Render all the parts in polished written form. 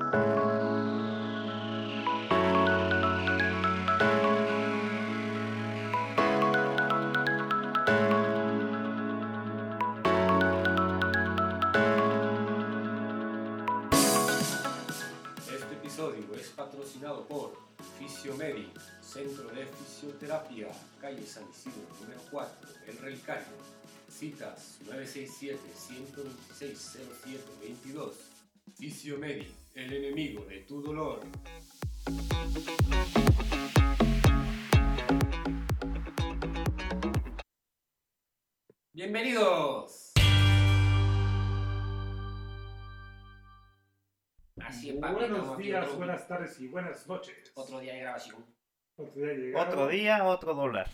Este episodio es patrocinado por Fisiomedi, Centro de Fisioterapia, calle San Isidro, número 4, El Relicario. Citas 967-126-0722. Fisiomedi, el enemigo de tu dolor. ¡Bienvenidos! Así es, papi, Buenos días, buenas tardes y buenas noches. Otro día de grabación. Otro día llegado. Otro día, otro dólar.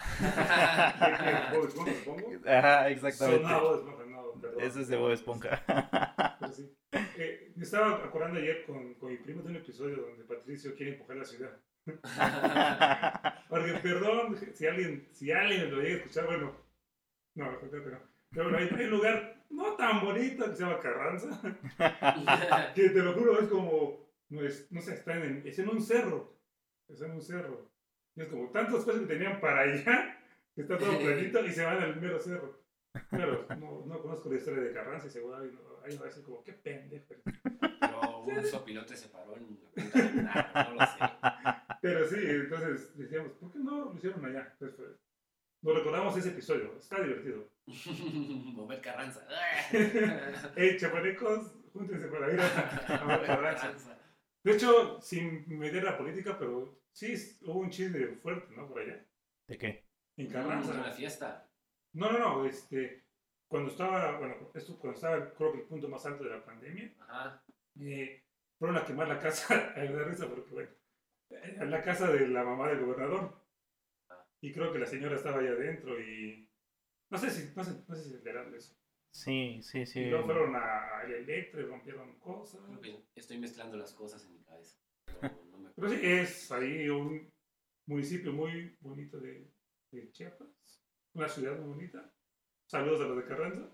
Bob Esponja, supongo. Ajá, exactamente. Sonaba Bob Esponja, no, perdón. Ese es de Bob Esponja. Pero sí. Me estaba acordando ayer con mi primo de un episodio donde Patricio quiere empujar la ciudad. Porque, perdón, si alguien lo llega a escuchar, bueno, no, creo que no. Pero bueno, hay un lugar no tan bonito que se llama Carranza, que te lo juro, es como, no sé, es en un cerro. Es en un cerro. Y es como tantas cosas que tenían para allá, que está todo planito y se van al mero cerro. Claro, no conozco la historia de Carranza y seguro ahí va a decir como, qué pendejo. Pero un sopilote se paró en la punta del nada, no lo sé. Pero sí, entonces decíamos, ¿por qué no lo hicieron allá? Entonces, nos recordamos ese episodio, está divertido. Mover Carranza. Chapanecos, júntense para ir a ver Carranza. De hecho, sin meter la política, pero sí hubo un chisme fuerte, ¿no? Por allá. ¿De qué? En Carranza. Una fiesta. No, cuando estaba, creo que el punto más alto de la pandemia, Ajá. fueron a quemar la casa, a la risa porque, bueno, la casa de la mamá del gobernador. Y creo que la señora estaba allá adentro y no sé si se enteraron de eso. Sí. Y luego fueron a Electra y rompieron cosas. Creo que estoy mezclando las cosas en mi cabeza. Pero, no me Pero sí, es ahí un municipio muy bonito de Chiapas. Una ciudad muy bonita. Saludos a los de Carranza.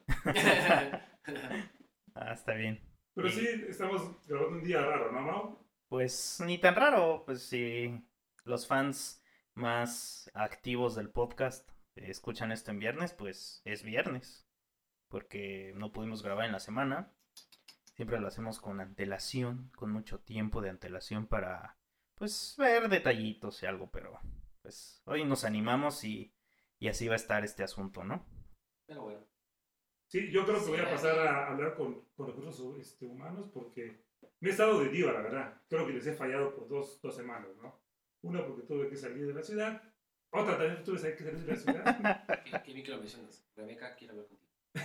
Está bien. Pero sí, estamos grabando un día raro, ¿no, Mau? Pues ni tan raro, pues si los fans más activos del podcast escuchan esto en viernes, pues es viernes. Porque no pudimos grabar en la semana. Siempre lo hacemos con antelación, con mucho tiempo de antelación para, pues, ver detallitos y algo, pero pues hoy nos animamos y así va a estar este asunto, ¿no? Pero bueno. Sí, yo creo que voy a pasar a hablar con recursos humanos porque me he estado de diva, la verdad. Creo que les he fallado por dos semanas, ¿no? Una porque tuve que salir de la ciudad. Otra también tuve que salir de la ciudad. ¿Qué micro mencionas? Rebeca, quiero hablar contigo.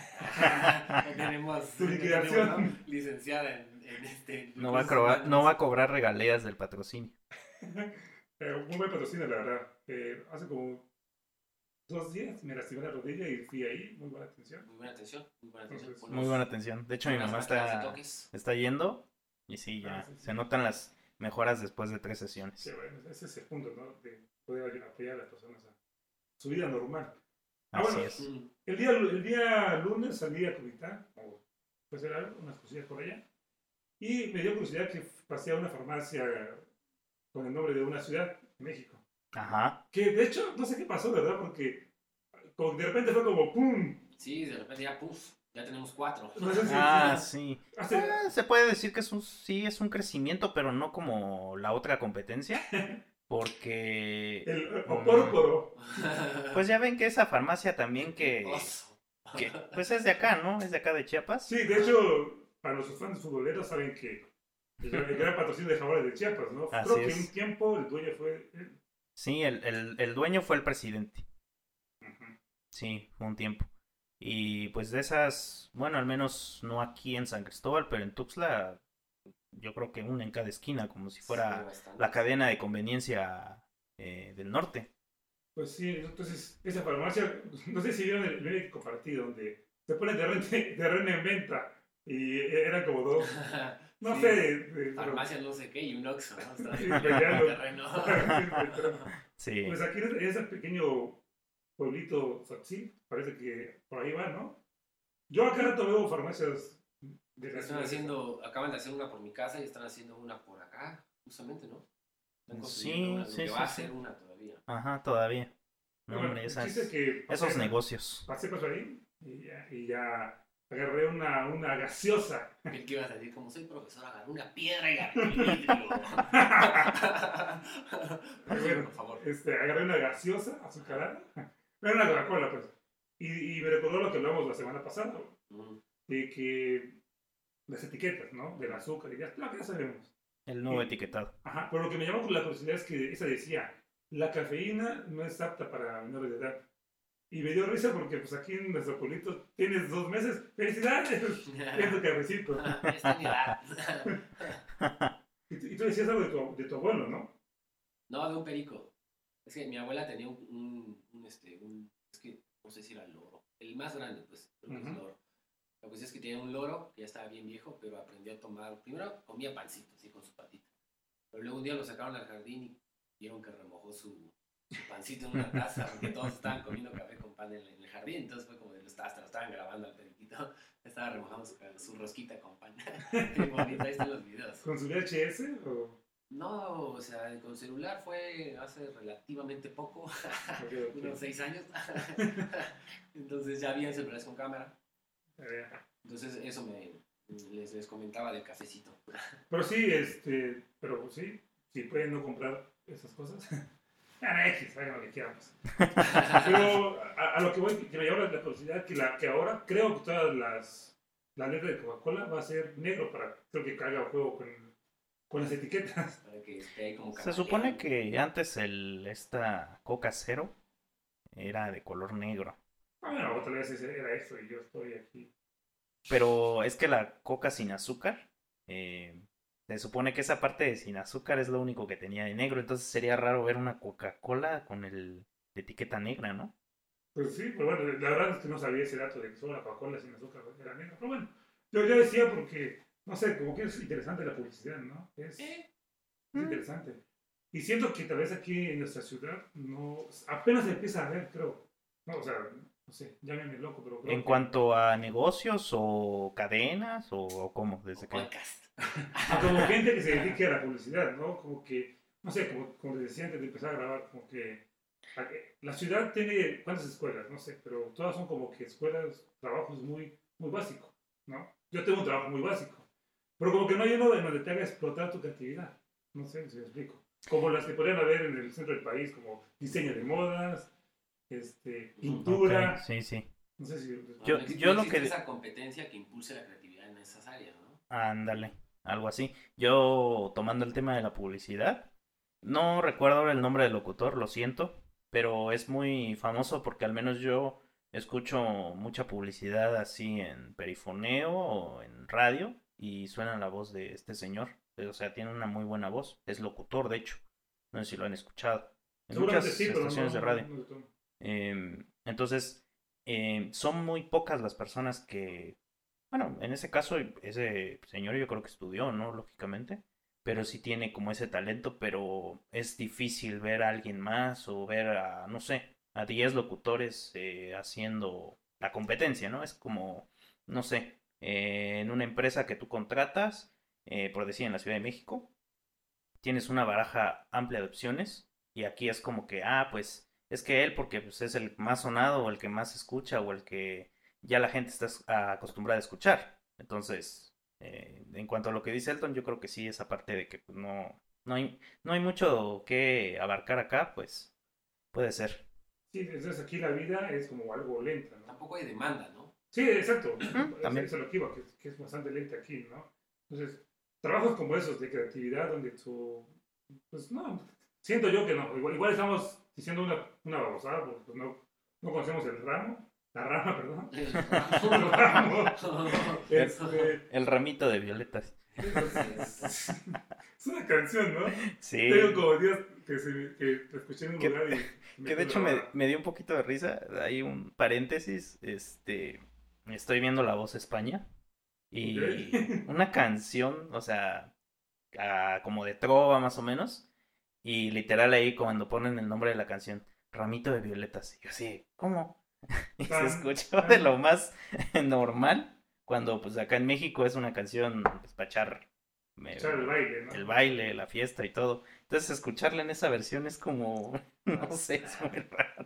Tenemos Tu liquidación. ¿no? Licenciada en este. No va a cobrar regalías del patrocinio. Muy buen patrocinio, la verdad. Hace como 2 días me lastimé la rodilla y fui ahí. Muy buena atención. Muy buena atención. Entonces, Muy buena atención. De hecho, mi mamá está yendo y sí, ya sí. se notan las mejoras después de 3 sesiones. Sí, bueno, ese es el punto, ¿no? De poder apoyar a las personas a su vida normal. Así Bueno, es. el día lunes salí a Comitán, o pues era unas cosillas por allá, y me dio curiosidad que pasé a una farmacia con el nombre de una ciudad en México. Ajá. Que de hecho, no sé qué pasó, ¿verdad? Porque de repente fue como ¡pum! Sí, de repente ya, puf, ya tenemos 4. No sé Sí. Hace, Se puede decir que es un crecimiento, pero no como la otra competencia. Porque... el opórporo. Pues ya ven que esa farmacia también que pues es de acá, ¿no? Es de acá de Chiapas. Sí, de hecho, para los fans futboleros saben que el gran patrocinio de Jaguares de Chiapas, ¿no? Así Creo que es. un tiempo el dueño fue él. Sí, el dueño fue el presidente. Uh-huh. Sí, fue un tiempo. Y pues de esas, bueno, al menos no aquí en San Cristóbal, pero en Tuxtla, yo creo que una en cada esquina, como si fuera la cadena de conveniencia del norte. Pues sí, entonces esa farmacia, no sé si vieron el médico partido donde se pone terreno en venta y eran como 2, no sí, sé. farmacia no sé qué y un Oxxo, ¿no? Está Sí, en el peleando. terreno. Sí. Pues aquí en ese pequeño pueblito Tzotzil, parece que por ahí va, ¿no? Yo acá rato veo farmacias Acaban de hacer una por mi casa y están haciendo una por acá, justamente, ¿no? Están Sí, una, sí, que va a sí. ser una todavía. Ajá, todavía. No, Bueno, hombre, esos negocios. Pasé por ahí y ya agarré una gaseosa. El que ibas a decir, como soy profesor, agarré una piedra y agarré el vidrio. Bueno, por favor. Agarré una gaseosa azucarada. Era una Coca-Cola, pues. Y me recordó lo que hablamos la semana pasada, de que las etiquetas, ¿no? Del azúcar y ya sabemos. El nuevo etiquetado. Ajá, pero lo que me llamó la curiosidad es que esa decía, la cafeína no es apta para menores de edad. Y me dio risa porque pues aquí en nuestro pueblito tienes 2 meses. ¡Felicidades! Es tu cafecito. Esta es mi edad. Y tú decías algo de tu abuelo, ¿no? No, de un perico. Es que mi abuela tenía es que no sé si era el loro. El más grande, pues, creo que es loro. La cuestión es que tenía un loro que ya estaba bien viejo, pero aprendió a tomar. Primero comía pancito, así con su patita. Pero luego un día lo sacaron al jardín y vieron que remojó su pancito en una taza, porque todos estaban comiendo café con pan en el jardín. Entonces fue como hasta lo estaban grabando al periquito. Estaba remojando su rosquita con pan. Qué bonito, ahí están los videos. ¿Con su VHS o...? No, o sea, con celular fue hace relativamente poco, okay. Unos 6 años. Entonces ya había celulares con cámara. Entonces eso les comentaba del cafecito. Pero sí, pero sí, si pueden no comprar esas cosas. X, hagan lo que quieran. Pero a lo que voy, que me llama la curiosidad, que ahora creo que todas la letra de Coca-Cola va a ser negro para creo que caiga juego con las etiquetas. Para que esté ahí como se supone que antes esta Coca Cero era de color negro. Bueno, otra vez era eso y yo estoy aquí. Pero es que la Coca sin azúcar, se supone que esa parte de sin azúcar es lo único que tenía de negro. Entonces sería raro ver una Coca-Cola con la etiqueta negra, ¿no? Pues sí, pero bueno, la verdad es que no sabía ese dato de que solo la Coca-Cola sin azúcar era negra. Pero bueno, yo ya decía porque, no sé, como que es interesante la publicidad, ¿no? Es interesante. Y siento que tal vez aquí en nuestra ciudad apenas se empieza a ver, creo. No, o sea, no sé, llámeme loco, pero creo ¿En cuanto a negocios o cadenas o cómo? Desde que... podcast. Como gente que se dedique a la publicidad, ¿no? Como que, no sé, como les decía antes de empezar a grabar, como que la ciudad tiene, ¿cuántas escuelas? No sé, pero todas son como que escuelas, trabajos muy, muy básicos, ¿no? Yo tengo un trabajo muy básico, pero como que no hay uno en donde te haga explotar tu creatividad. No sé si me explico. Como las que podrían haber en el centro del país, como diseño de modas, pintura. Okay, sí. No sé si... yo lo que... esa competencia que impulse la creatividad en esas áreas, ¿no? Ándale, algo así. Yo, tomando el tema de la publicidad, no recuerdo ahora el nombre del locutor, lo siento, pero es muy famoso porque al menos yo escucho mucha publicidad así en perifoneo o en radio y suena la voz de este señor. O sea, tiene una muy buena voz. Es locutor, de hecho. No sé si lo han escuchado. En muchas estaciones de radio. Entonces, son muy pocas las personas que... Bueno, en ese caso, ese señor yo creo que estudió, ¿no? Lógicamente. Pero sí tiene como ese talento, pero es difícil ver a alguien más o ver a, no sé, a 10 locutores haciendo la competencia, ¿no? Es como, no sé, en una empresa que tú contratas, por decir en la Ciudad de México, tienes una baraja amplia de opciones y aquí es como que, pues es que él porque pues, es el más sonado o el que más escucha o el que ya la gente está acostumbrada a escuchar. Entonces, en cuanto a lo que dice Elton, yo creo que sí, esa parte de que pues, no hay mucho que abarcar acá, pues puede ser. Sí, entonces aquí la vida es como algo lenta, ¿no? Tampoco hay demanda, ¿no? Sí, exacto. También. Eso es lo que iba, que es bastante lenta aquí, ¿no? Entonces, trabajos como esos de creatividad donde tú, pues no, siento yo que no. Igual estamos diciendo una babosada porque pues, no conocemos la rama, perdón. El ramo. El ramito de violetas. Es una canción, ¿no? Sí. Tengo como días que escuché en un lugar y... Que de hecho me dio un poquito de risa. Hay un paréntesis. Estoy viendo La Voz España. Y una canción, o sea, como de trova más o menos. Y literal ahí cuando ponen el nombre de la canción, Ramito de Violetas. Y yo así, ¿cómo? Y se escuchó de lo más normal Cuando pues acá en México es una canción pues, para echar Echar el baile, ¿no? el baile, la fiesta y todo. Entonces escucharla en esa versión es como, no sé, es muy raro.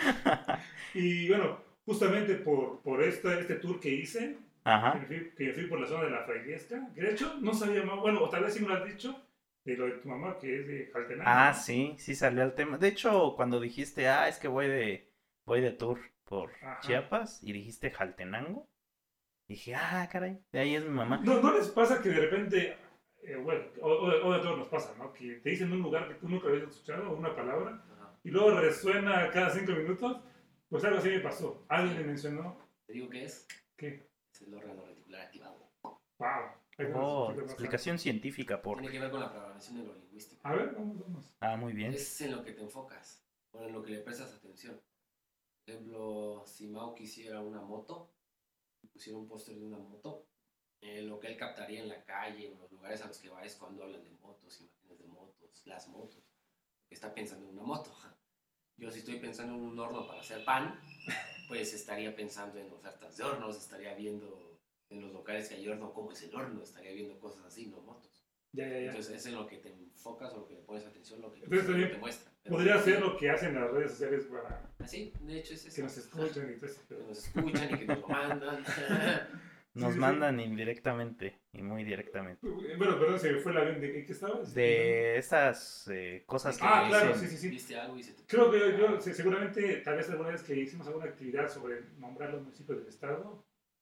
Y bueno, justamente por este tour que hice, Ajá. que me fui por la zona de la Frailesca, que de hecho no sabía más, bueno, o tal vez sí me lo has dicho, de lo de tu mamá, que es de Jaltenango, Ah, ¿no? sí, sí salió el tema. De hecho, cuando dijiste, es que voy de tour por Ajá. Chiapas y dijiste Jaltenango, dije, caray, de ahí es mi mamá. ¿No les pasa que de repente, bueno, o de todos nos pasa, ¿no? Que te dicen un lugar que tú nunca habías escuchado, o una palabra, Ajá. y luego resuena cada 5 minutos? Pues algo así me pasó. Alguien Sí. me mencionó ¿Te digo qué es? que, Es el órgano reticular activado. wow, ahí te lo Oh, explico más. explicación científica por... Tiene que ver con la programación neurolingüística. A ver, vamos. Ah, muy bien. Es en lo que te enfocas o en lo que le prestas atención. Por ejemplo, si Mao quisiera una moto y pusiera un póster de una moto, lo que él captaría en la calle, en los lugares a los que va es cuando hablan de motos, imágenes de motos, las motos. Está pensando en una moto. Yo si estoy pensando en un horno para hacer pan, pues estaría pensando en ofertas de hornos, estaría viendo en los locales que hay horno cómo es el horno, estaría viendo cosas así, no motos. Ya. Entonces es en lo que te enfocas o lo que le pones atención, lo que Entonces también te muestra. Pero, podría ser lo que hacen las redes sociales para así, de hecho es eso. que nos escuchen y todo eso. Que nos escuchan y que nos lo mandan. Nos Sí. mandan indirectamente y muy directamente. Bueno, perdón, se me fue el avión. ¿De qué estabas? De esas cosas que Claro, dicen. sí. Viste algo y se te... Creo que yo seguramente, tal vez alguna vez que hicimos alguna actividad sobre nombrar los municipios del estado,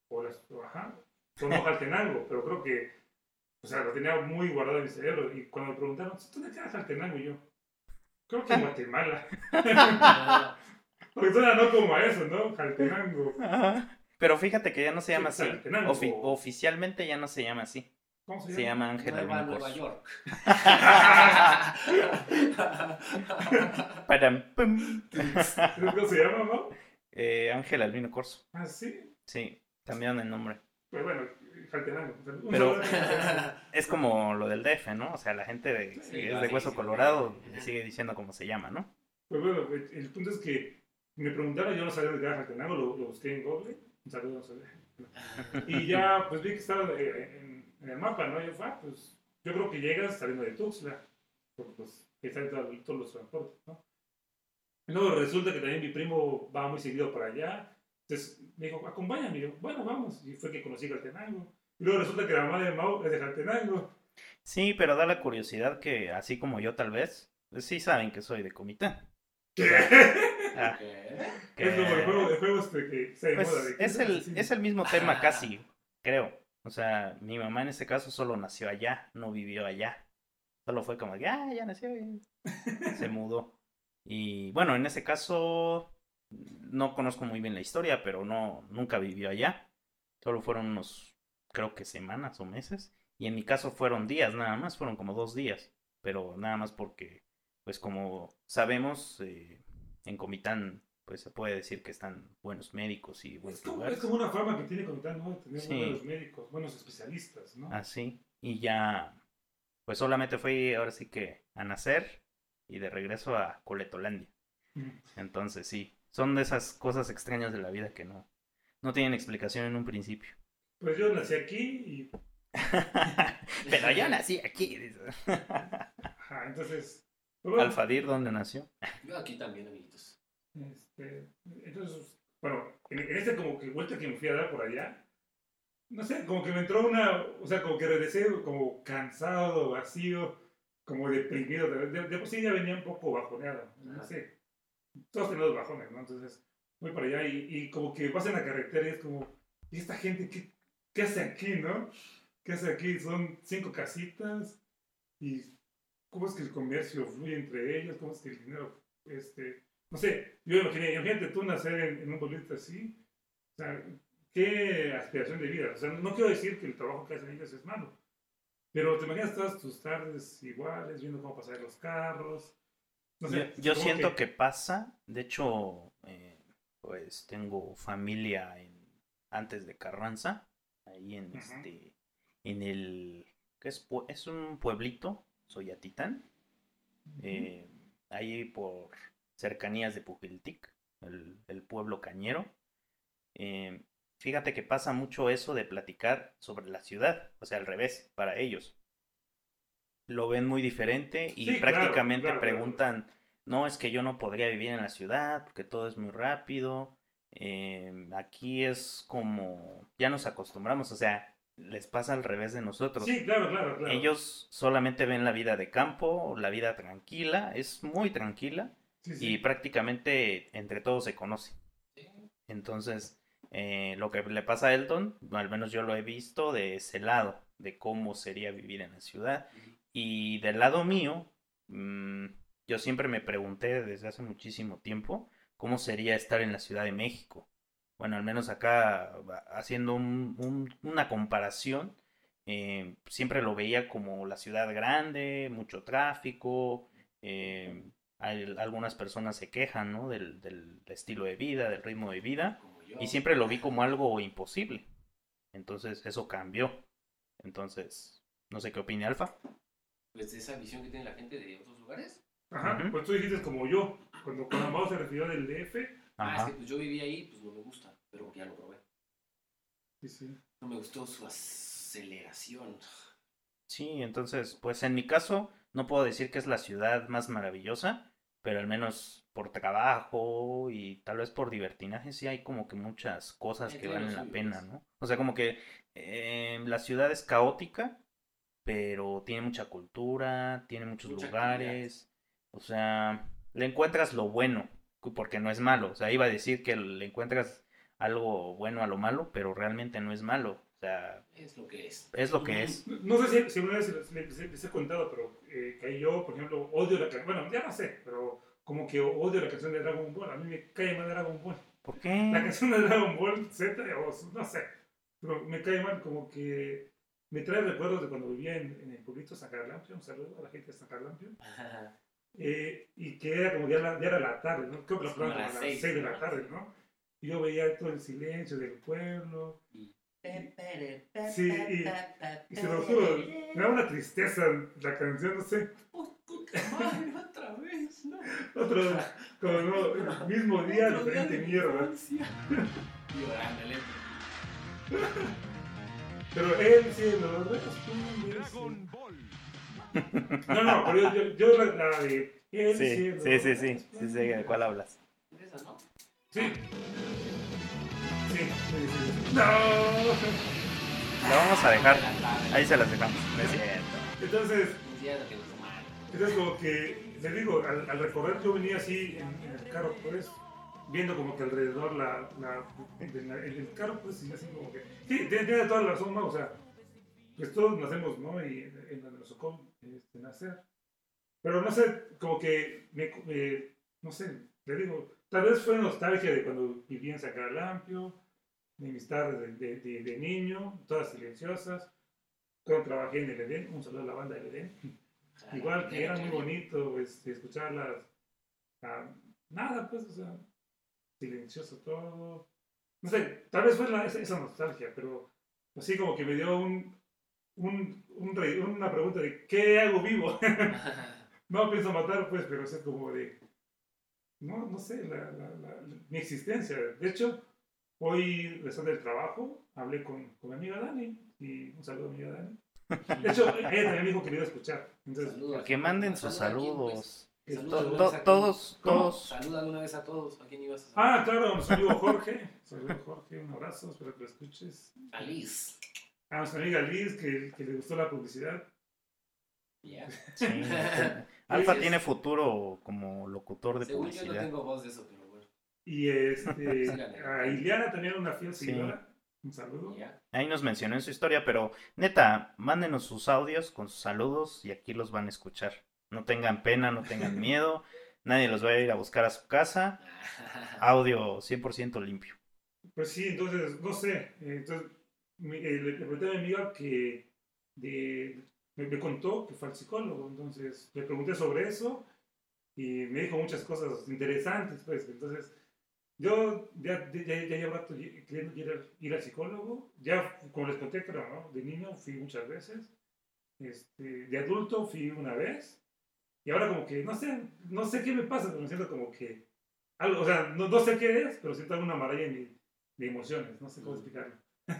sonó Jaltenango, pero creo que, o sea, lo tenía muy guardado en mi cerebro. Y cuando me preguntaron, ¿dónde queda Jaltenango? Y yo, creo que en Guatemala. Porque suena no como a eso, ¿no? Jaltenango. Ajá. Pero fíjate que ya no se llama así. Jaltenango. Oficialmente ya no se llama así. ¿Cómo se llama? Se llama Ángel Albino Nueva Corso. York. Padam, pum. ¿Cómo se llama, no? Ángel Albino Corso. Ah, sí. Sí, cambiaron el nombre. Pues bueno, Jaltenango. Pero es como lo del DF, ¿no? O sea, la gente Sí, que es va de a Hueso seguir Colorado siendo. le sigue diciendo cómo se llama, ¿no? Pues bueno, el punto es que me preguntaron, yo no sabía dónde quedaba Jaltenango, lo busqué en Google. Un saludo, no sabía. Y ya, pues vi que estaba en el mapa, ¿no? Yo fue, pues yo creo que llegas saliendo de Tuxtla, porque pues ahí están todos los transportes, ¿no? Y luego resulta que también mi primo va muy seguido para allá. Entonces me dijo, acompáñame. Y yo, bueno, vamos. Y fue que conocí Jaltenango. Y luego resulta que la mamá de Mau es de Jaltenango. Sí, pero da la curiosidad que, así como yo tal vez, pues sí saben que soy de Comitán. ¿Qué? Ah, ¿Qué? Es como el juego que se de Pues moda. es el mismo tema casi, creo. O sea, mi mamá en ese caso solo nació allá, no vivió allá. Solo fue como que, ya nació y se mudó. Y bueno, en ese caso no conozco muy bien la historia, pero nunca vivió allá. Solo fueron unos, creo que semanas o meses. Y en mi caso fueron días nada más, fueron como 2 días. Pero nada más porque, pues como sabemos, en Comitán, pues se puede decir que están buenos médicos y buenos Es lugares. como una fama que tiene Comitán, ¿no? Tener muy Sí. buenos médicos, buenos especialistas, ¿no? Así. Y ya, pues solamente fui ahora sí que a nacer y de regreso a Coletolandia. Mm. Entonces sí, son de esas cosas extrañas de la vida que no tienen explicación en un principio. Pues yo nací aquí y. Pero yo nací aquí. Ajá, entonces. Pues bueno, Alfadir, ¿dónde nació? Yo aquí también, amiguitos. Entonces, bueno, en este como que vuelta que me fui a dar por allá, no sé, como que me entró una, o sea, como que regresé como cansado, vacío, como deprimido. De por sí ya venía un poco bajoneado, no sé. Todos tenemos bajones, ¿no? Entonces, voy para allá y como que vas en la carretera y es como, ¿y esta gente qué hace aquí, no? ¿Qué hace aquí? Son 5 casitas y cómo es que el comercio fluye entre ellos, cómo es que el dinero, no sé, yo imagínate tú nacer en un pueblito así, o sea, qué aspiración de vida, o sea, no quiero decir que el trabajo que hacen ellos es malo, pero te imaginas todas tus tardes iguales, viendo cómo pasar los carros, no sé. Yo siento que pasa, de hecho, pues tengo familia antes de Carranza, ahí en Ajá. en el, que es un pueblito, Soyatitán, ahí por cercanías de Pujiltic, el pueblo cañero. fíjate que pasa mucho eso de platicar sobre la ciudad, o sea, al revés, para ellos. Lo ven muy diferente y Sí, claro, prácticamente claro, claro. preguntan, no, es que yo no podría vivir en la ciudad porque todo es muy rápido. Aquí es como, ya nos acostumbramos, o sea, les pasa al revés de nosotros. Sí, claro, claro, claro. Ellos solamente ven la vida de campo, la vida tranquila, es muy tranquila Sí, y sí. prácticamente entre todos se conocen. Sí. Entonces, lo que le pasa a Elton, al menos yo lo he visto de ese lado, de cómo sería vivir en la ciudad. Y del lado mío, mm, yo siempre me pregunté desde hace muchísimo tiempo cómo sería estar en la Ciudad de México. Bueno, al menos acá haciendo una comparación, siempre lo veía como la ciudad grande, mucho tráfico, algunas personas se quejan, ¿no? Del estilo de vida, del ritmo de vida, Como y yo. siempre lo vi como algo imposible. Entonces eso cambió. Entonces, no sé qué opina Alfa. Pues de esa visión que tiene la gente de otros lugares. Ajá, Ujú. pues tú dijiste como yo, cuando Mao se refirió del DF. Es que Ajá. pues yo viví ahí, pues no me gusta, pero ya lo probé. Sí, sí. No me gustó su aceleración. Sí, entonces, pues en mi caso, no puedo decir que es la ciudad más maravillosa, pero al menos por trabajo y tal vez por divertinaje, sí hay como que muchas cosas que Tiene lo valen la suyo, pena, pues. ¿no? O sea, como que la ciudad es caótica, pero tiene mucha cultura, tiene muchos Mucha actividad. lugares, o sea, le encuentras lo bueno, porque no es malo, o sea, iba a decir que le encuentras algo bueno a lo malo, pero realmente no es malo, o sea, Es lo que es. es lo que es. No sé si alguna vez les he contado, pero que yo, por ejemplo, odio la canción. Bueno, ya no sé, pero como que odio la canción de Dragon Ball. A mí me cae mal Dragon Ball. ¿Por La qué? canción de Dragon Ball Z, o no sé, pero me cae mal, como que me trae recuerdos de cuando vivía en el pueblito San Carlampio. Un saludo a la gente de San Carlampio. Y que era como ya era la tarde, ¿no? Creo que Es lo como a programan las como a las 6, 6 de ¿no? la tarde, ¿no? Y yo veía todo el silencio del pueblo. Y... Sí, y se lo juro, me da una tristeza la canción, no sé. Puta madre, otra vez, ¿no? Otro, como no, el mismo día, Otro día diferente de mi mierda. infancia. Llorándole. Pero él sí, lo responde. Dragon Ball. No, no, pero yo la de el Sí, sí, cielo sí, sí, sí sé de cuál hablas. De esa, ¿no? Sí, sí, sí, sí. No. La vamos a dejar, De la tarde. ahí se las dejamos, no es cierto. Entonces, Un día de que nos mal. entonces como que, le digo, al recorrer yo venía así en el carro, pues, viendo como que alrededor el carro, pues, y así como que, sí, tiene toda la razón, ¿no? O sea, pues todos nacemos, ¿no? Y en donde nos tocó nacer. Pero no sé, como que, no sé, le digo, tal vez fue nostalgia de cuando viví en Sacarampio, de mis tardes de niño, todas silenciosas, cuando trabajé en el Edén, un saludo a la banda del Edén. Igual que era muy bonito escucharlas, ah, nada, pues, o sea, silencioso todo. No sé, tal vez fue esa nostalgia, pero así como que me dio una pregunta de ¿qué hago vivo? No pienso matar, pues, pero es como de, no sé, mi existencia. De hecho, hoy, después del trabajo, hablé con mi amiga Dani, y un saludo a mi amiga Dani. De hecho, ella también dijo que me iba a escuchar. Entonces, Saludo a Que quién, manden sus saluda a quién, pues. saludos. Saluda esto, alguna vez a quién. Todos, ¿cómo? todos. Saluda alguna vez a todos. ¿A quién ibas a saludar? Claro, nuestro amigo Jorge. Saludos, Jorge, un abrazo, espero que lo escuches. A Liz. A nuestra amiga Liz, que le gustó la publicidad. Ya. Sí, Alfa Así tiene es. futuro como locutor de Según yo no publicidad. tengo voz de eso, pero bueno. Y Síganle. a Iliana también, una fiel Sí. seguidora. Un saludo. Ya. Ahí nos mencionó en su historia, pero neta, mándenos sus audios con sus saludos y aquí los van a escuchar. No tengan pena, no tengan miedo, nadie los va a ir a buscar a su casa. Audio 100% limpio. Pues sí, entonces, no sé. Entonces, le pregunté a mi amiga que me contó que fue al psicólogo. Entonces, le pregunté sobre eso y me dijo muchas cosas interesantes, pues. Entonces, yo ya llevo rato queriendo ir al psicólogo. Ya, como les conté, pero ¿no? De niño fui muchas veces. De adulto fui una vez. Y ahora como que, no sé qué me pasa, pero me siento como que, algo, o sea, no sé qué es, pero siento alguna maraña de emociones, no sé cómo explicarlo.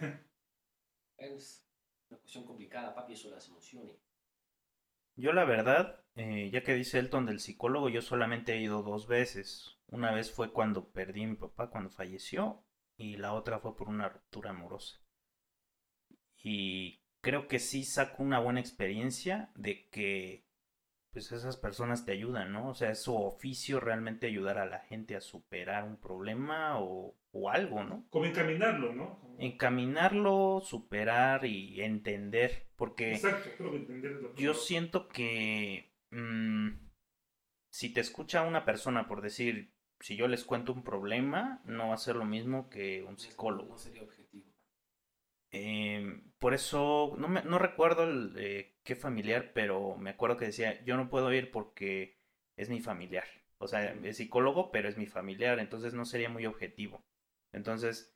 Es una cuestión complicada, papi, eso de las emociones. Yo la verdad, ya que dice Elton del psicólogo, yo solamente he ido 2 veces. Una vez fue cuando perdí a mi papá, cuando falleció, y la otra fue por una ruptura amorosa. Y creo que sí saco una buena experiencia de que pues esas personas te ayudan, ¿no? O sea, es su oficio realmente ayudar a la gente a superar un problema o algo, ¿no? Como encaminarlo, ¿no? Encaminarlo, superar y entender, porque Exacto, creo que entender es lo yo que... siento que si te escucha una persona por decir, si yo les cuento un problema, no va a ser lo mismo que un psicólogo. No sería objetivo. Por eso, no recuerdo qué familiar, pero me acuerdo que decía, yo no puedo ir porque es mi familiar. O sea, es psicólogo, pero es mi familiar, entonces no sería muy objetivo. Entonces,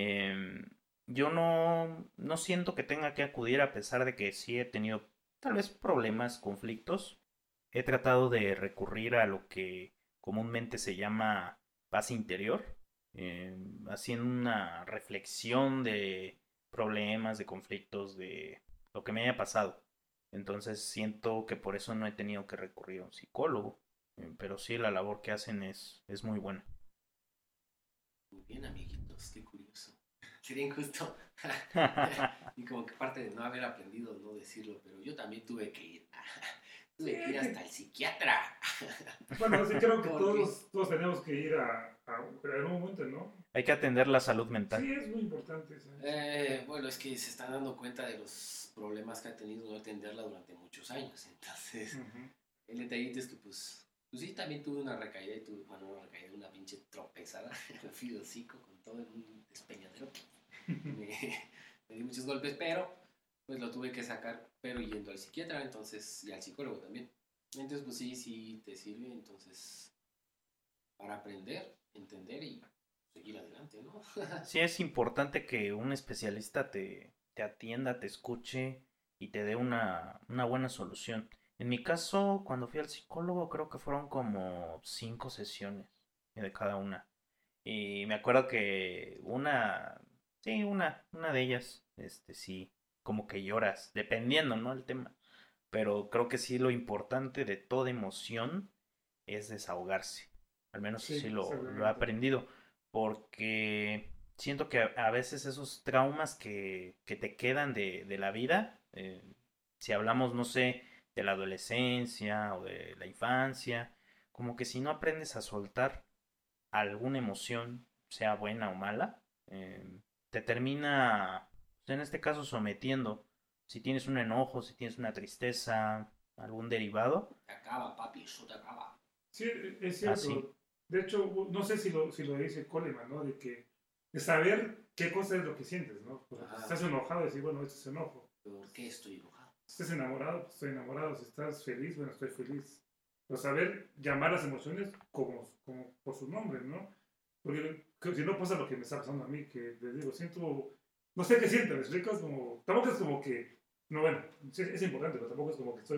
yo no siento que tenga que acudir a pesar de que sí he tenido tal vez problemas, conflictos. He tratado de recurrir a lo que comúnmente se llama paz interior, haciendo una reflexión de problemas, de conflictos, de lo que me haya pasado. Entonces siento que por eso no he tenido que recurrir a un psicólogo, pero sí la labor que hacen es muy buena. Muy bien, amiguitos, qué curioso. Sería injusto. Y como que parte de no haber aprendido no decirlo, pero yo también tuve que ir. Tuve que ir hasta el psiquiatra. Bueno, sí creo que todos tenemos que ir en un momento, ¿no? Hay que atender la salud mental. Sí, es muy importante. Bueno, es que se están dando cuenta de los problemas que ha tenido no atenderla durante muchos años. Entonces, el detallito es que, pues sí, también tuve una recaída una pinche tropezada. Me fui de hocico con todo en un despeñadero. me di muchos golpes, pero pues lo tuve que sacar, pero yendo al psiquiatra, entonces, y al psicólogo también. Entonces, pues sí te sirve, entonces, para aprender, entender y seguir adelante, ¿no? Sí, es importante que un especialista te atienda, te escuche y te dé una buena solución. En mi caso, cuando fui al psicólogo, creo que fueron como 5 sesiones de cada una. Y me acuerdo que una de ellas, sí, como que lloras, dependiendo, ¿no? El tema. Pero creo que sí lo importante de toda emoción es desahogarse. Al menos Sí, así lo he exactamente. aprendido. Porque siento que a veces esos traumas que te quedan de la vida, si hablamos, no sé, de la adolescencia o de la infancia, como que si no aprendes a soltar alguna emoción, sea buena o mala, te termina, en este caso, sometiendo. Si tienes un enojo, si tienes una tristeza, algún derivado, Te acaba, papi, eso te acaba. Sí, es así. cierto. De hecho, no sé si lo dice Coleman, ¿no? De saber qué cosa es lo que sientes, ¿no? Porque si estás enojado, decir, bueno, esto es enojo. ¿Por qué estoy enojado? Si estás enamorado, pues estoy enamorado. Si estás feliz, bueno, estoy feliz. Pero saber llamar las emociones como por su nombre, ¿no? Porque si no pasa lo que me está pasando a mí, que les digo, siento, no sé qué siento, ¿me explicas? Tampoco es como que, no, bueno, sí, es importante, pero tampoco es como que estoy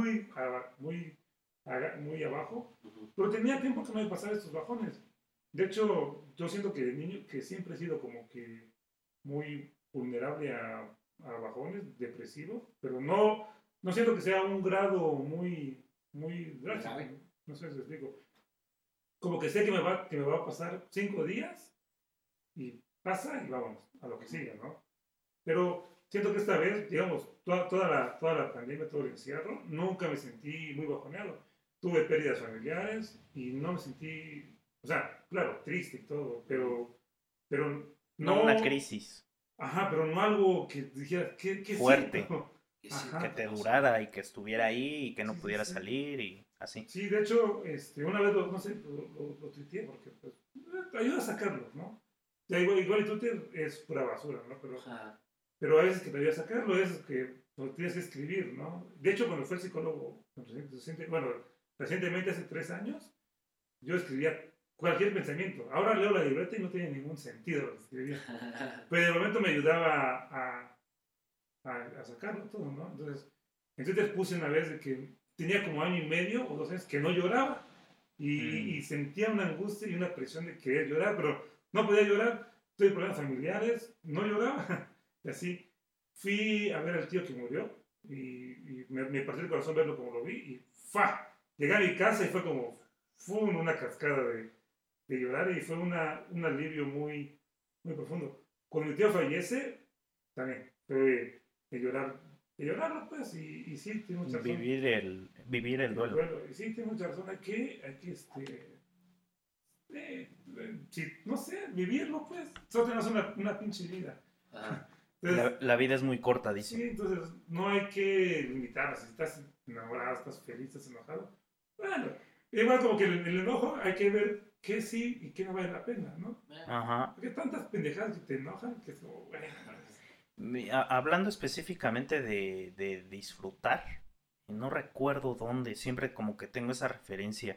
muy abajo. Pero tenía tiempo que no me pasaba estos bajones. De hecho, yo siento que de niño, que siempre he sido como que muy vulnerable a bajones depresivos, pero no siento que sea un grado muy drástico. No sé si lo explico. Como que sé que me va a pasar 5 días y pasa y vámonos a lo que siga, ¿no? Pero siento que esta vez, digamos, toda la pandemia, todo el encierro, nunca me sentí muy bajoneado. Tuve pérdidas familiares y no me sentí, o sea, claro, triste y todo, pero No una no, crisis ajá, pero no algo que dijera, ¿qué fuerte, siento? que Ajá, te durara y que estuviera ahí y que sí, no sí, pudiera sí. salir y así. Sí, de hecho, una vez, no sé, lo tuiteé porque pues, ayuda a sacarlo, ¿no? Ya igual y Twitter es pura basura, ¿no? Pero a veces que te ayuda a sacarlo, a veces que lo tienes que escribir, ¿no? De hecho, cuando fue el psicólogo, recientemente, hace 3 años, yo escribía cualquier pensamiento. Ahora leo la libreta y no tiene ningún sentido lo que escribía. Pero de momento me ayudaba a sacarlo todo, ¿no? Entonces puse una vez de que tenía como año y medio o 2 años que no lloraba y sentía una angustia y una presión de querer llorar, pero no podía llorar. tuve problemas familiares, no lloraba, y así. Fui a ver al tío que murió, y me partió el corazón verlo como lo vi, y ¡fa! Llegué a mi casa y fue como, una cascada de llorar, y fue un alivio muy, muy profundo. Cuando mi tío fallece, también fue de llorarlo, pues, y sí, tiene mucha razón. Vivir el duelo. Y sí, tiene mucha razón, hay que no sé, vivirlo, pues. Solo tenemos una pinche vida. Entonces, la vida es muy corta, dice. Sí, entonces no hay que limitarla. Si estás enamorado, estás feliz, estás enojado, bueno, igual como que el enojo hay que ver qué sí y qué no vale la pena, ¿no? Ajá. Porque hay tantas pendejadas que te enojan que es como, bueno. Hablando específicamente de disfrutar, no recuerdo dónde, siempre como que tengo esa referencia,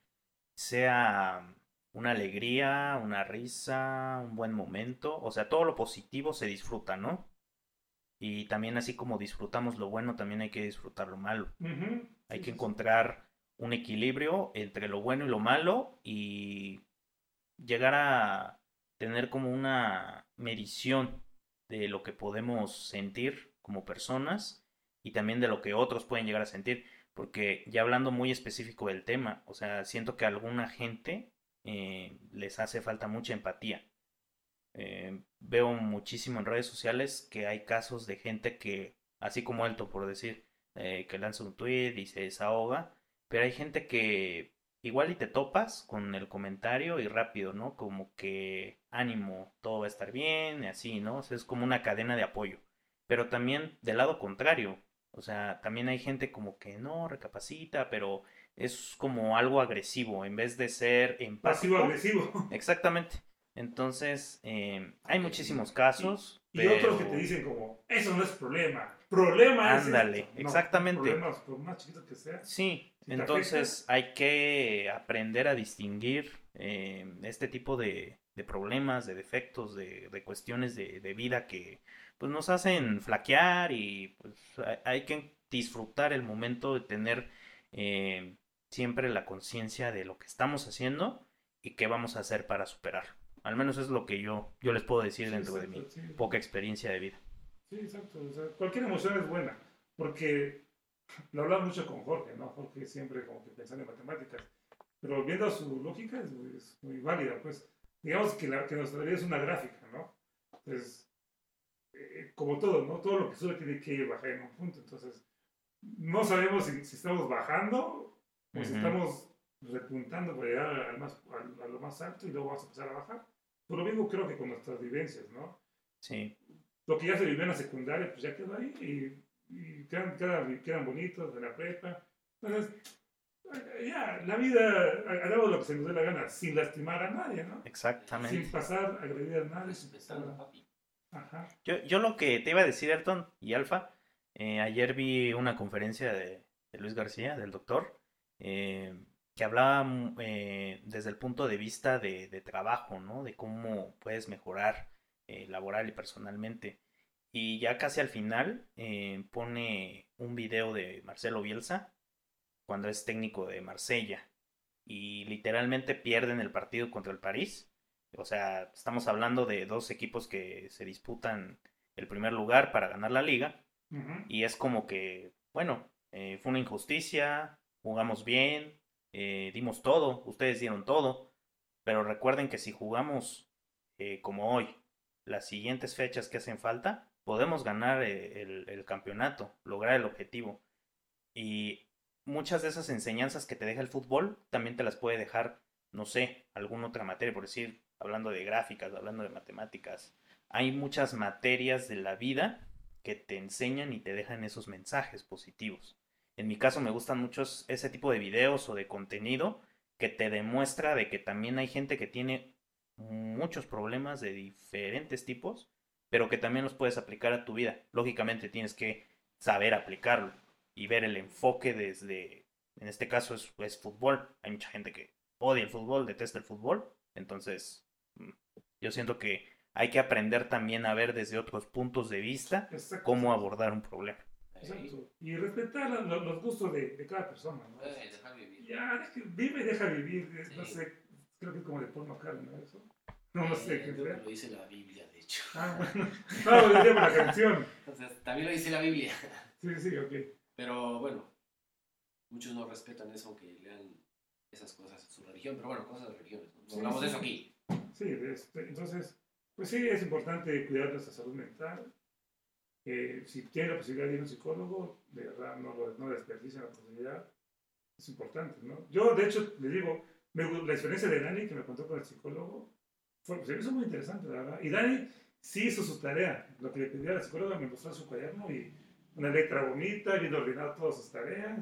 sea una alegría, una risa, un buen momento, o sea, todo lo positivo se disfruta, ¿no? Y también así como disfrutamos lo bueno, también hay que disfrutar lo malo. Uh-huh. Hay que encontrar un equilibrio entre lo bueno y lo malo y llegar a tener como una medición de lo que podemos sentir como personas y también de lo que otros pueden llegar a sentir. Porque ya hablando muy específico del tema, o sea, siento que a alguna gente les hace falta mucha empatía. Veo muchísimo en redes sociales que hay casos de gente que, así como Elton por decir, que lanza un tweet y se desahoga, pero hay gente que igual y te topas con el comentario y rápido, ¿no? Como que ánimo, todo va a estar bien, y así, ¿no? O sea, es como una cadena de apoyo. Pero también del lado contrario, o sea, también hay gente como que no recapacita, pero es como algo agresivo en vez de ser empático. Pasivo-agresivo. Exactamente. Entonces, hay muchísimos casos. Y pero... otros que te dicen como, eso no es problema. Problema es Ándale, exactamente. Problemas, por más chiquito que sea. Sí, si entonces hay que aprender a distinguir este tipo de problemas, de defectos, de cuestiones de vida que pues nos hacen flaquear y pues hay que disfrutar el momento de tener siempre la conciencia de lo que estamos haciendo y qué vamos a hacer para superarlo. Al menos es lo que yo les puedo decir dentro de mi poca experiencia de vida. Sí, exacto. O sea, cualquier emoción es buena, porque lo hablaba mucho con Jorge, ¿no? Jorge siempre como que pensando en matemáticas, pero viendo su lógica es muy válida, pues. Digamos que nuestra vida es una gráfica, ¿no? Entonces, como todo, ¿no? Todo lo que sube tiene que bajar en un punto, entonces, no sabemos si estamos bajando o si estamos repuntando para llegar a lo más alto y luego vamos a empezar a bajar. Por lo mismo creo que con nuestras vivencias, ¿no? Sí. Lo que ya se vivió en la secundaria, pues ya quedó ahí y quedan bonitos en la prepa. Entonces, ya, la vida, hagamos lo que se nos dé la gana, sin lastimar a nadie, ¿no? Exactamente. Sin pasar a agredir a nadie. Ajá. Yo lo que te iba a decir, Ayrton y Alfa, ayer vi una conferencia de Luis García, del doctor, que hablaba desde el punto de vista de trabajo, ¿no? De cómo puedes mejorar laboral y personalmente. Y ya casi al final pone un video de Marcelo Bielsa cuando es técnico de Marsella y literalmente pierden el partido contra el París. O sea, estamos hablando de dos equipos que se disputan el primer lugar para ganar la liga. Y es como que, bueno, fue una injusticia, jugamos bien, dimos todo, ustedes dieron todo, pero recuerden que si jugamos como hoy, las siguientes fechas que hacen falta, podemos ganar el campeonato, lograr el objetivo. Y muchas de esas enseñanzas que te deja el fútbol también te las puede dejar, no sé, alguna otra materia, por decir, hablando de gráficas, hablando de matemáticas. Hay muchas materias de la vida que te enseñan y te dejan esos mensajes positivos. En mi caso me gustan mucho ese tipo de videos o de contenido que te demuestra de que también hay gente que tiene muchos problemas de diferentes tipos, pero que también los puedes aplicar a tu vida. Lógicamente tienes que saber aplicarlo y ver el enfoque desde, en este caso es fútbol. Hay mucha gente que odia el fútbol, detesta el fútbol, entonces yo siento que hay que aprender también a ver desde otros puntos de vista cómo abordar un problema. Exacto. Y respetar los gustos de cada persona, ¿no? Dejar vivir. Ya, vive y deja vivir. Sí. No sé, creo que como de porno caro, ¿no? Eso. No sé qué sea. Lo dice la Biblia, de hecho. Bueno. No, lo decía por la canción. O sea, también lo dice la Biblia. Sí, ok. Pero bueno, muchos no respetan eso, aunque lean esas cosas en su religión. Pero bueno, cosas de religiones. No hablamos de eso aquí. Sí, entonces, pues sí, es importante cuidar nuestra salud mental. Si tiene la posibilidad de ir a un psicólogo, de verdad no desperdicien la posibilidad. Es importante, ¿no? Yo, de hecho, le digo, la experiencia de Dani que me contó con el psicólogo se me hizo muy interesante, la verdad. Y Dani sí hizo su tarea. Lo que le pedía a la psicóloga me mostró su cuaderno y una letra bonita, bien ordenado todas sus tareas.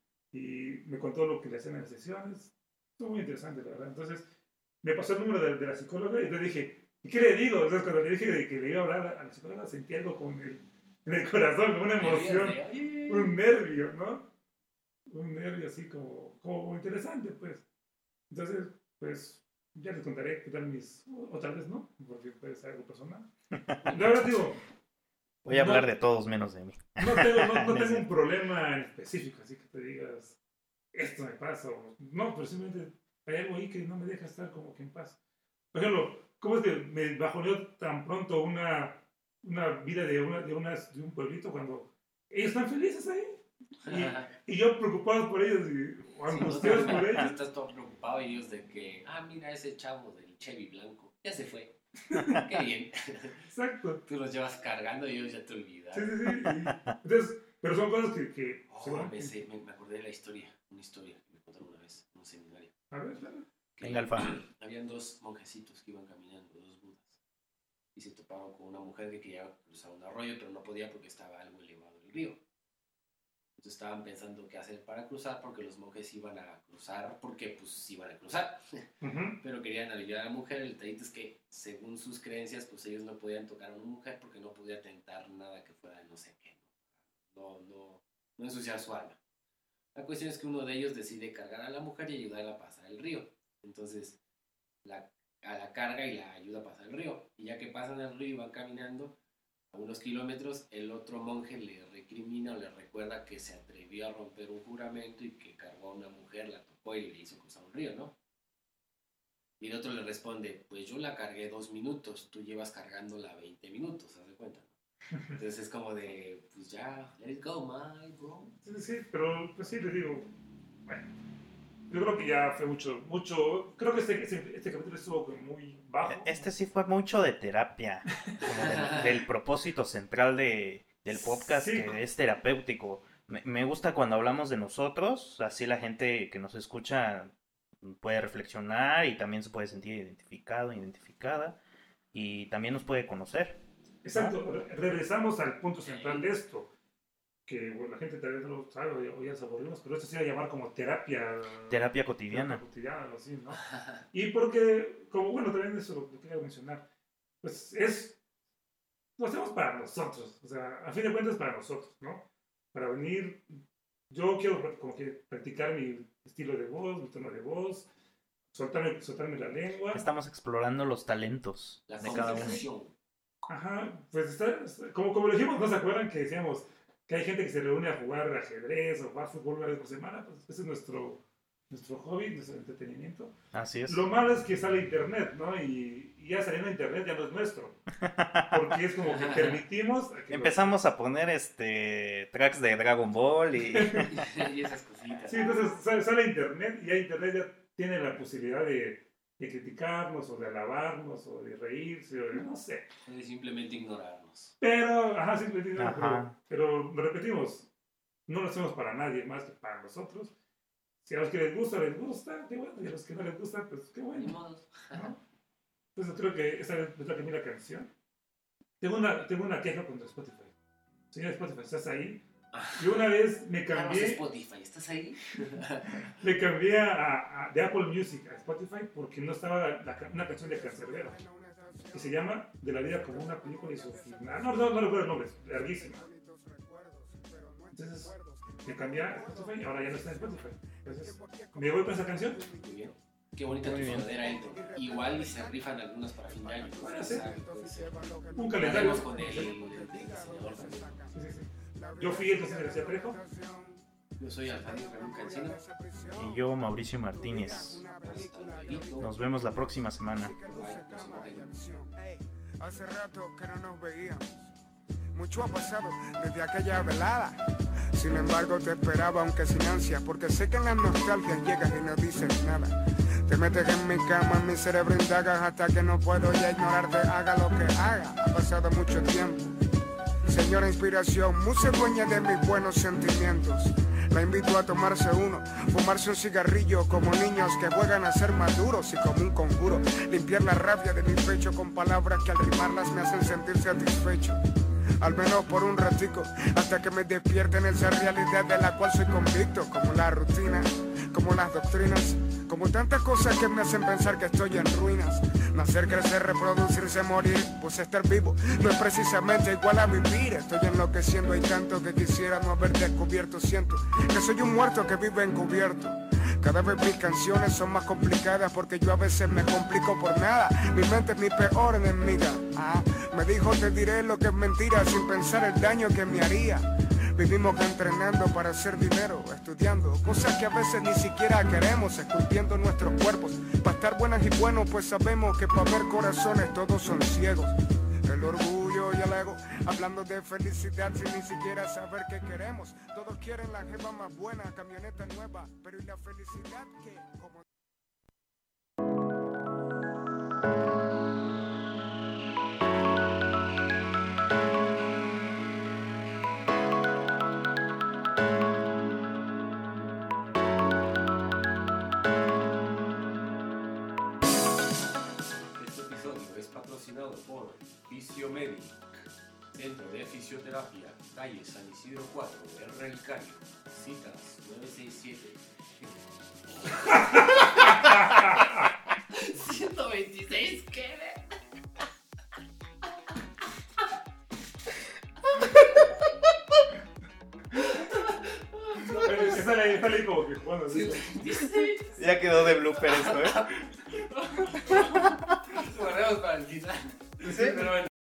Y me contó lo que le hacían en las sesiones. Estuvo muy interesante, la verdad. Entonces, me pasó el número de la psicóloga y le dije, ¿y qué le digo? Entonces, cuando le dije de que le iba a hablar a la psicóloga, sentí algo en el corazón, una emoción, un nervio, ¿no? Un nervio así como interesante, pues. Entonces, pues, ya les contaré qué tal otra vez, ¿no? Porque puede ser algo personal. La verdad, digo... Voy a hablar de todos menos de mí. No tengo un problema en específico, así que te digas, esto me pasa, no, pero simplemente hay algo ahí que no me deja estar como que en paz. Por ejemplo, ¿cómo es que me bajoneó tan pronto una vida de un pueblito cuando ellos están felices ahí? Y yo preocupado por ellos o angustiados por ellos. Estás todo preocupado y ellos de que, mira ese chavo del Chevy blanco, ya se fue. Qué bien. Exacto. Tú los llevas cargando y ellos ya te olvidan. Sí. Entonces, pero son cosas que me acordé de una historia que me contaron una vez en un seminario. A ver. Venga, Alfa. Habían dos monjecitos que iban caminando, dos budas, y se toparon con una mujer que quería cruzar un arroyo, pero no podía porque estaba algo elevado el río. Entonces estaban pensando qué hacer para cruzar, porque los monjes iban a cruzar, porque pues iban a cruzar. Pero querían aliviar a la mujer. El detallito es que, según sus creencias, pues ellos no podían tocar a una mujer porque no podía tentar nada que fuera no sé qué. No ensuciar su alma. La cuestión es que uno de ellos decide cargar a la mujer y ayudarla a pasar el río. Entonces, a la carga y la ayuda a pasar el río. Y ya que pasan el río y van caminando a unos kilómetros, el otro monje le recrimina o le recuerda que se atrevió a romper un juramento y que cargó a una mujer, la tocó y le hizo cruzar un río, ¿no? Y el otro le responde, pues yo la cargué 2 minutos, tú llevas cargándola 20 minutos, ¿haz de cuenta? Entonces es como de, pues ya, let it go, my bro. Sí, pero pues sí, les digo, bueno, yo creo que ya fue mucho, creo que este capítulo estuvo muy bajo. Este sí fue mucho de terapia, como del propósito central del podcast, sí, que es terapéutico. Me gusta cuando hablamos de nosotros, así la gente que nos escucha puede reflexionar y también se puede sentir identificado, identificada, y también nos puede conocer. Exacto, ¿no? Regresamos al punto central de esto, que bueno, la gente tal vez no lo sabe o ya nos aburrimos, pero esto se va a llamar como terapia cotidiana, algo así, ¿no? Y porque, como bueno, también eso lo quería mencionar, pues lo hacemos para nosotros, o sea, a fin de cuentas para nosotros, ¿no? Para venir, yo quiero como que practicar mi estilo de voz, mi tono de voz, soltarme la lengua. Estamos explorando los talentos de cada uno. Ajá, pues como lo dijimos, ¿no se acuerdan que decíamos que hay gente que se reúne a jugar ajedrez o jugar fútbol una vez por semana? Pues ese es nuestro hobby, nuestro entretenimiento. Así es. Lo malo es que sale internet, ¿no? Y ya saliendo a internet ya no es nuestro. Porque es como que permitimos... Empezamos a poner tracks de Dragon Ball y esas cositas. Sí, entonces sale a internet y ya internet ya tiene la posibilidad de criticarnos o de alabarnos o de reírse o de no sé. De simplemente ignorarnos. Pero, simplemente ignorarnos. Pero lo repetimos, no lo hacemos para nadie más que para nosotros. Si a los que les gusta, qué bueno. Y a los que no les gusta, pues qué bueno. Ni modos. ¿No? Entonces creo que esa es la primera canción. Tengo una queja contra Spotify. Señor Spotify, ¿estás ahí? Y una vez me cambié... Spotify, ¿estás ahí? Me cambié de Apple Music a Spotify porque no estaba una canción de Cancerbero. Que se llama De la vida como una película y su final. No recuerdo el nombre, es larguísima. Entonces me cambié a Spotify y ahora ya no está en Spotify. Entonces me voy con esa canción. Muy bien. Qué bonita tu sudadera, Elton. Igual y se rifan algunas para fin de año. Bueno, sí. Pues, Un calendario. Con el diseñador también. Sí. Yo fui entonces a García Trejo Yo soy Alfredo Cancino. Y yo, Mauricio Martínez. Nos vemos la próxima semana. Hace rato que no nos veíamos. Mucho ha pasado desde aquella velada. Sin embargo te esperaba aunque sin ansia, porque sé que en las nostalgias llegas y no dices nada. Te metes en mi cama, en mi cerebro indagas hasta que no puedo ya ignorarte, haga lo que haga. Ha pasado mucho tiempo. Señora inspiración, mucha dueña de mis buenos sentimientos. La invito a tomarse uno, fumarse un cigarrillo como niños que juegan a ser maduros y como un conjuro. Limpiar la rabia de mi pecho con palabras que al rimarlas me hacen sentir satisfecho. Al menos por un ratico, hasta que me despierte en esa realidad de la cual soy convicto. Como la rutina, como las doctrinas, como tantas cosas que me hacen pensar que estoy en ruinas. Nacer, crecer, reproducirse, morir, pues estar vivo no es precisamente igual a vivir. Estoy enloqueciendo, hay tanto que quisiera no haber descubierto. Siento que soy un muerto que vive encubierto. Cada vez mis canciones son más complicadas porque yo a veces me complico por nada. Mi mente es mi peor enemiga. Me dijo te diré lo que es mentira sin pensar el daño que me haría. Vivimos entrenando para hacer dinero, estudiando cosas que a veces ni siquiera queremos, esculpiendo nuestros cuerpos. Para estar buenas y buenos pues sabemos que para ver corazones todos son ciegos. El orgullo y el ego, hablando de felicidad sin ni siquiera saber qué queremos. Todos quieren la jeva más buena, camioneta nueva, pero ¿y la felicidad qué? Como... Este episodio es patrocinado por Fisiomedic, Centro de Fisioterapia, calle San Isidro 4, El Relicario, citas 967 126, ¿qué? Está ahí como que jugando así. Ya quedó de blooper esto, Guardemos para el quizá. ¿Sí? Pero bueno.